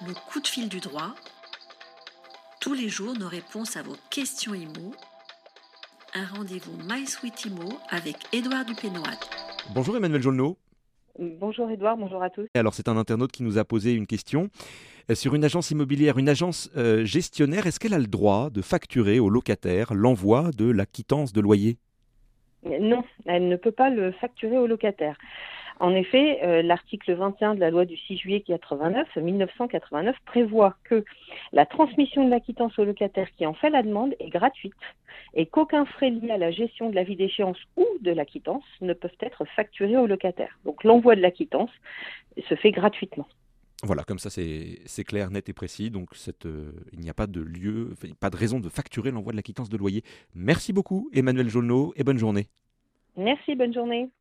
Le coup de fil du droit. Tous les jours, nos réponses à vos questions IMO. Un rendez-vous MySuite IMO avec Édouard Dupénoat. Bonjour Emmanuel Jolneau. Bonjour Edouard, bonjour à tous. Alors c'est un internaute qui nous a posé une question sur une agence immobilière, une agence gestionnaire. Est-ce qu'elle a le droit de facturer aux locataires l'envoi de la quittance de loyer ? Non, elle ne peut pas le facturer au locataire. En effet, l'article 21 de la loi du 6 juillet 1989 prévoit que la transmission de la quittance au locataire qui en fait la demande est gratuite et qu'aucun frais lié à la gestion de l'avis d'échéance ou de la quittance ne peuvent être facturés au locataire. Donc l'envoi de la quittance se fait gratuitement. Voilà, comme ça c'est clair, net et précis. Donc il n'y a pas de lieu, pas de raison de facturer l'envoi de la quittance de loyer. Merci beaucoup Emmanuel Jolneau et bonne journée. Merci, bonne journée.